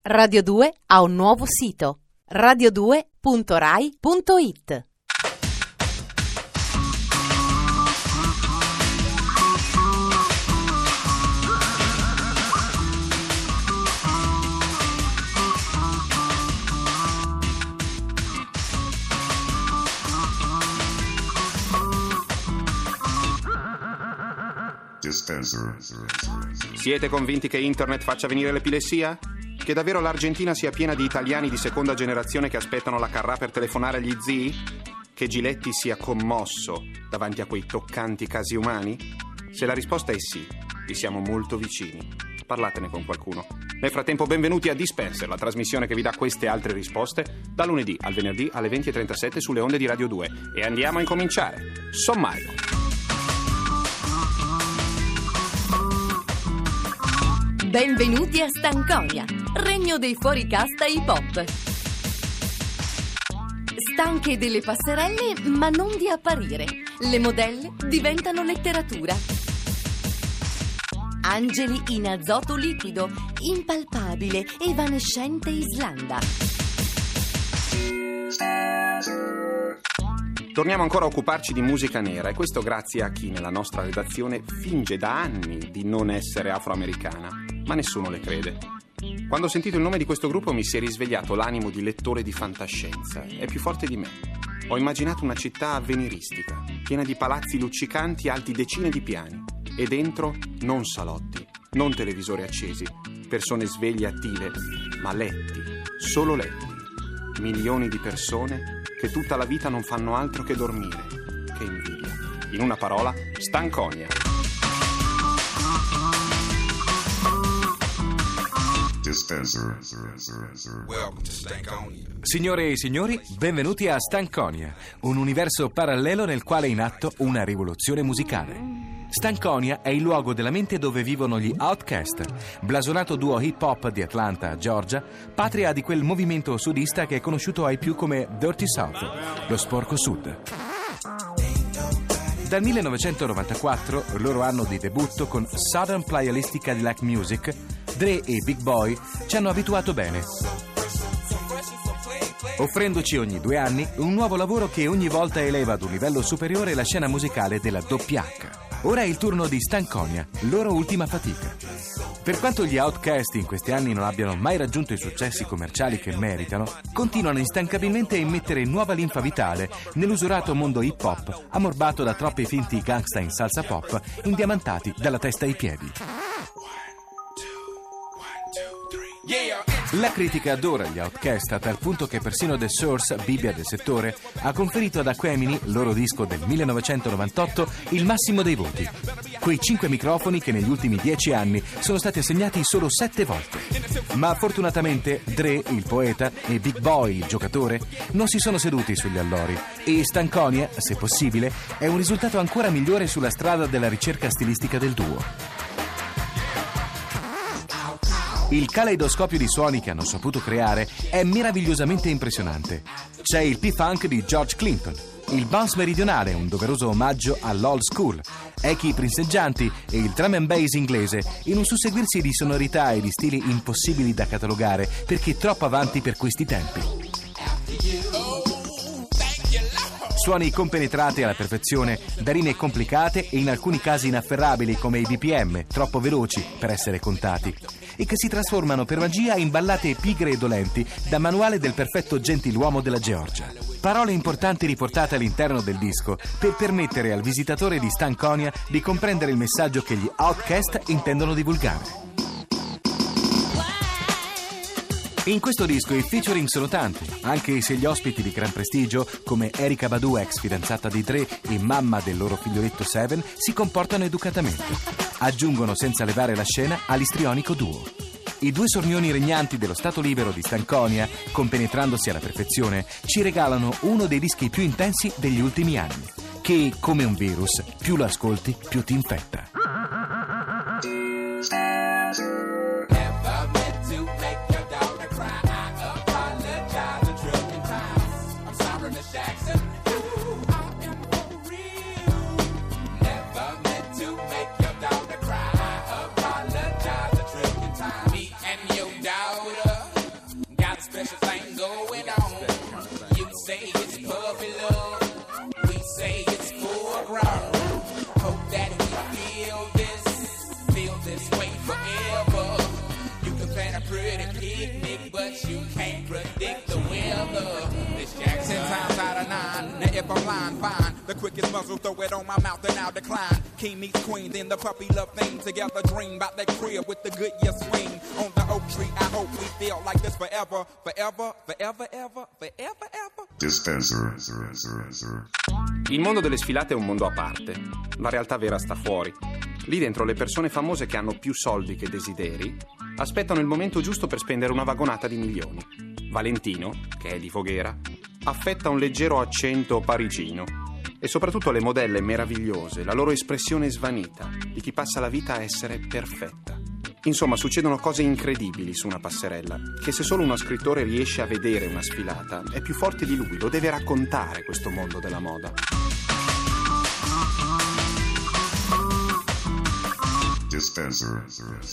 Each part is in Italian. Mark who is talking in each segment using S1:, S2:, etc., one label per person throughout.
S1: Radio 2 ha un nuovo sito: radio2.rai.it.
S2: Siete convinti che internet faccia venire l'epilessia? Che davvero l'Argentina sia piena di italiani di seconda generazione che aspettano la carrà per telefonare agli zii? Che Giletti sia commosso davanti a quei toccanti casi umani? Se la risposta è sì, vi siamo molto vicini. Parlatene con qualcuno. Nel frattempo, benvenuti a Dispenser, la trasmissione che vi dà queste altre risposte da lunedì al venerdì alle 20:37 sulle onde di Radio 2. E andiamo a incominciare. Sommario.
S3: Benvenuti a Stanconia, regno dei fuoricasta hip hop. Stanche delle passerelle, ma non di apparire. Le modelle diventano letteratura. Angeli in azoto liquido, impalpabile, evanescente Islanda.
S2: Torniamo ancora a occuparci di musica nera, e questo grazie a chi nella nostra redazione finge da anni di non essere afroamericana, ma nessuno le crede. Quando ho sentito il nome di questo gruppo mi si è risvegliato l'animo di lettore di fantascienza. È più forte di me. Ho immaginato una città avveniristica, piena di palazzi luccicanti alti decine di piani, e dentro non salotti, non televisori accesi, persone sveglie attive, ma letti, solo letti. Milioni di persone che tutta la vita non fanno altro che dormire. Che invidia. In una parola, Stanconia.
S4: Signore e signori, benvenuti a Stanconia, un universo parallelo nel quale è in atto una rivoluzione musicale. Stanconia è il luogo della mente dove vivono gli Outkast, blasonato duo hip hop di Atlanta, Georgia, patria di quel movimento sudista che è conosciuto ai più come Dirty South, lo sporco sud. Dal 1994, loro anno di debutto con Southern Playalistic Cadillac Music, Dre e Big Boy ci hanno abituato bene, offrendoci ogni 2 anni un nuovo lavoro che ogni volta eleva ad un livello superiore la scena musicale della doppia H. Ora è il turno di Stanconia, loro ultima fatica. Per quanto gli Outkast in questi anni non abbiano mai raggiunto i successi commerciali che meritano, continuano instancabilmente a immettere nuova linfa vitale nell'usurato mondo hip hop, ammorbato da troppi finti gangsta in salsa pop, indiamantati dalla testa ai piedi. La critica adora gli Outkast a tal punto che persino The Source, Bibbia del settore, ha conferito ad Aquemini, loro disco del 1998, il massimo dei voti. Quei 5 microfoni che negli ultimi 10 anni sono stati assegnati solo 7 volte. Ma fortunatamente Dre, il poeta, e Big Boy, il giocatore, non si sono seduti sugli allori, e Stanconia, se possibile, è un risultato ancora migliore sulla strada della ricerca stilistica del duo. Il caleidoscopio di suoni che hanno saputo creare è meravigliosamente impressionante. C'è il P-Funk di George Clinton, il bounce meridionale, un doveroso omaggio all'old school, echi prinseggianti e il drum and bass inglese in un susseguirsi di sonorità e di stili impossibili da catalogare perché troppo avanti per questi tempi. Suoni compenetrati alla perfezione da rime complicate e in alcuni casi inafferrabili come i BPM, troppo veloci per essere contati, e che si trasformano per magia in ballate pigre e dolenti da manuale del perfetto gentiluomo della Georgia. Parole importanti riportate all'interno del disco per permettere al visitatore di Stanconia di comprendere il messaggio che gli Outkast intendono divulgare. In questo disco i featuring sono tanti, anche se gli ospiti di gran prestigio, come Erykah Badu, ex fidanzata di Dre e mamma del loro figlioletto Seven, si comportano educatamente. Aggiungono senza levare la scena all'istrionico duo. I 2 sornioni regnanti dello stato libero di Stanconia, compenetrandosi alla perfezione, ci regalano uno dei dischi più intensi degli ultimi anni, che, come un virus, più lo ascolti, più ti infetta.
S5: Never meant to make your daughter cry. I apologize a trillion times. Me and your daughter but you can't predict the weather. This Jackson 10 times out of 9. Now if I'm lying, fine. The quickest muzzle, throw it on my mouth and I'll decline. King meets queen, then the puppy love thing. Together dream about that crib with the good year swing. On the oak tree, I hope we feel like this forever. Forever, forever, ever, forever, ever.
S6: Dispenser.
S2: Il mondo delle sfilate è un mondo a parte. La realtà vera sta fuori. Lì dentro le persone famose che hanno più soldi che desideri aspettano il momento giusto per spendere una vagonata di milioni. Valentino, che è di Voghera, affetta un leggero accento parigino. E soprattutto le modelle meravigliose, la loro espressione svanita, di chi passa la vita a essere perfetta. Insomma, succedono cose incredibili su una passerella, che se solo uno scrittore riesce a vedere una sfilata, è più forte di lui, lo deve raccontare questo mondo della moda.
S6: Dispenser.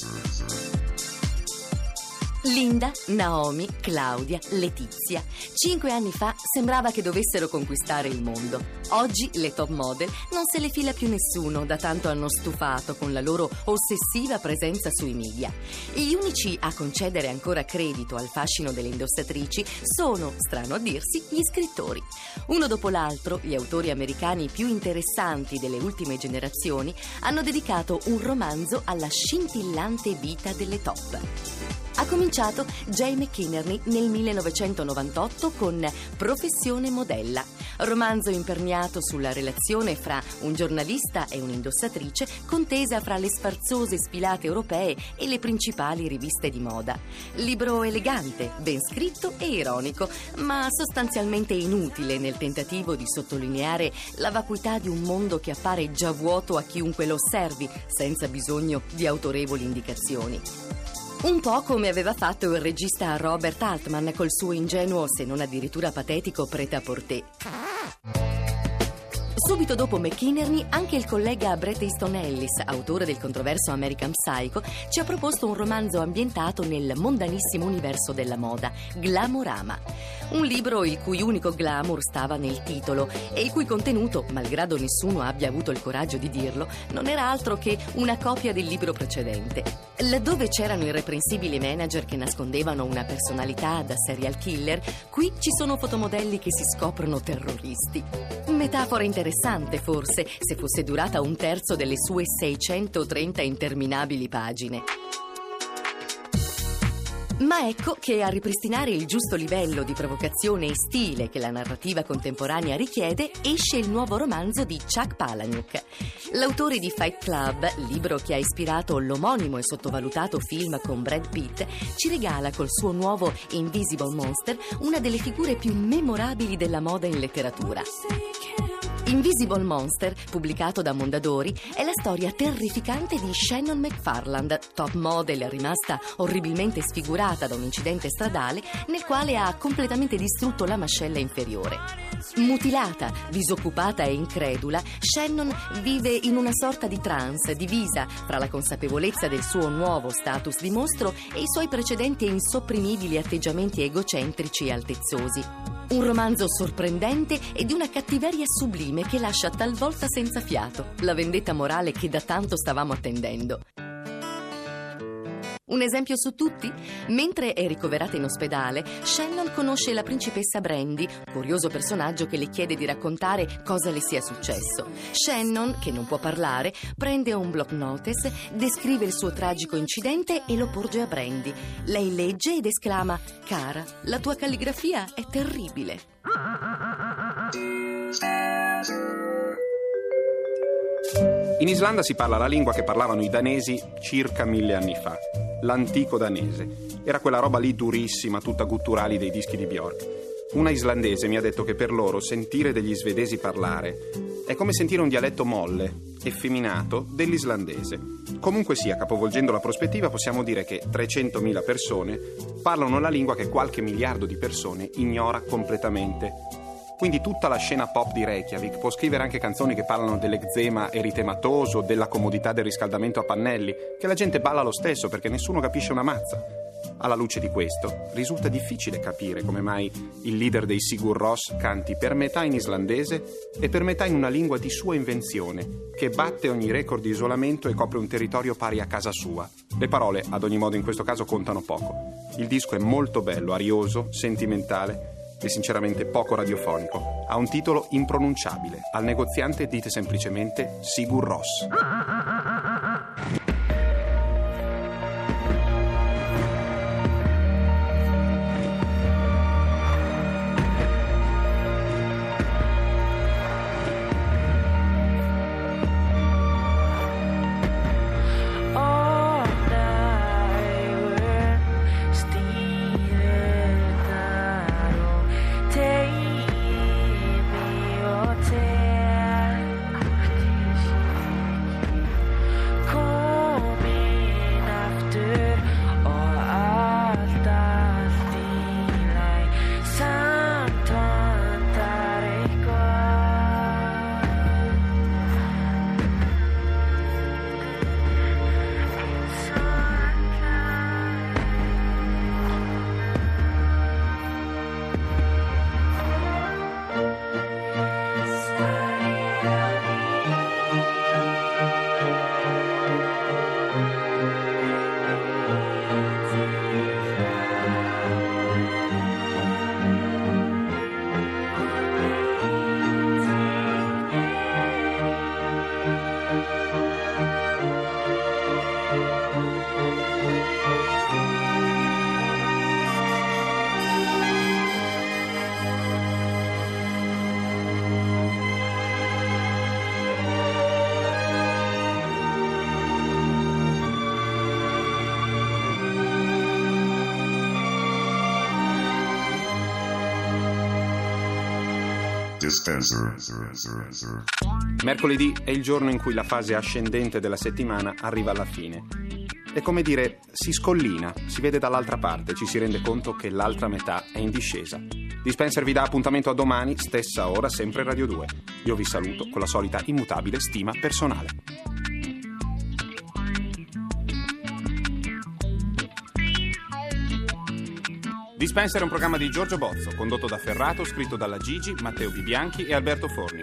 S3: Linda, Naomi, Claudia, Letizia. 5 anni fa sembrava che dovessero conquistare il mondo. Oggi le top model non se le fila più nessuno, da tanto hanno stufato con la loro ossessiva presenza sui media. Gli unici a concedere ancora credito al fascino delle indossatrici sono, strano a dirsi, gli scrittori. Uno dopo l'altro, gli autori americani più interessanti delle ultime generazioni hanno dedicato un romanzo alla scintillante vita delle top. Ha cominciato Jay McInerney nel 1998 con Professione modella, romanzo imperniato sulla relazione fra un giornalista e un'indossatrice, contesa fra le sfarzose sfilate europee e le principali riviste di moda. Libro elegante, ben scritto e ironico, ma sostanzialmente inutile nel tentativo di sottolineare la vacuità di un mondo che appare già vuoto a chiunque lo osservi, senza bisogno di autorevoli indicazioni. Un po' come aveva fatto il regista Robert Altman col suo ingenuo, se non addirittura patetico, prêt-à-porter. Subito dopo McInerney, anche il collega Bret Easton Ellis, autore del controverso American Psycho, ci ha proposto un romanzo ambientato nel mondanissimo universo della moda, Glamorama. Un libro il cui unico glamour stava nel titolo e il cui contenuto, malgrado nessuno abbia avuto il coraggio di dirlo, non era altro che una copia del libro precedente. Laddove c'erano irreprensibili manager che nascondevano una personalità da serial killer, qui ci sono fotomodelli che si scoprono terroristi. Metafora interessante, forse, se fosse durata un terzo delle sue 630 interminabili pagine. Ma ecco che a ripristinare il giusto livello di provocazione e stile che la narrativa contemporanea richiede, esce il nuovo romanzo di Chuck Palahniuk. L'autore di Fight Club, libro che ha ispirato l'omonimo e sottovalutato film con Brad Pitt, ci regala col suo nuovo Invisible Monster una delle figure più memorabili della moda in letteratura. Invisible Monster, pubblicato da Mondadori, è la storia terrificante di Shannon McFarland, top model rimasta orribilmente sfigurata da un incidente stradale nel quale ha completamente distrutto la mascella inferiore. Mutilata, disoccupata e incredula, Shannon vive in una sorta di trance divisa fra la consapevolezza del suo nuovo status di mostro e i suoi precedenti e insopprimibili atteggiamenti egocentrici e altezzosi. Un romanzo sorprendente e di una cattiveria sublime che lascia talvolta senza fiato, la vendetta morale che da tanto stavamo attendendo. Un esempio su tutti? Mentre è ricoverata in ospedale, Shannon conosce la principessa Brandy, curioso personaggio che le chiede di raccontare cosa le sia successo. Shannon, che non può parlare, prende un block notice, descrive il suo tragico incidente e lo porge a Brandy. Lei legge ed esclama: «Cara, la tua calligrafia è terribile».
S2: In Islanda si parla la lingua che parlavano i danesi circa 1000 anni fa, l'antico danese. Era quella roba lì durissima, tutta gutturali dei dischi di Björk. Una islandese mi ha detto che per loro sentire degli svedesi parlare è come sentire un dialetto molle, effeminato, dell'islandese. Comunque sia, capovolgendo la prospettiva, possiamo dire che 300.000 persone parlano la lingua che qualche miliardo di persone ignora completamente. Quindi tutta la scena pop di Reykjavik può scrivere anche canzoni che parlano dell'eczema eritematoso, della comodità del riscaldamento a pannelli, che la gente balla lo stesso perché nessuno capisce una mazza. Alla luce di questo, risulta difficile capire come mai il leader dei Sigur Rós canti per metà in islandese e per metà in una lingua di sua invenzione, che batte ogni record di isolamento e copre un territorio pari a casa sua. Le parole, ad ogni modo, in questo caso contano poco. Il disco è molto bello, arioso, sentimentale e sinceramente poco radiofonico. Ha un titolo impronunciabile. Al negoziante dite semplicemente Sigur Rós.
S6: Dispenser.
S2: Mercoledì è il giorno in cui la fase ascendente della settimana arriva alla fine. È come dire, si scollina, si vede dall'altra parte, ci si rende conto che l'altra metà è in discesa. Dispenser vi dà appuntamento a domani, stessa ora, sempre Radio 2. Io vi saluto con la solita immutabile stima personale. Dispenser è un programma di Giorgio Bozzo, condotto da Ferrato, scritto dalla Gigi, Matteo Bibianchi e Alberto Forni.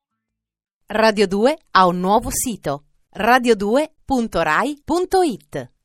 S1: Radio 2 ha un nuovo sito: radio2.rai.it.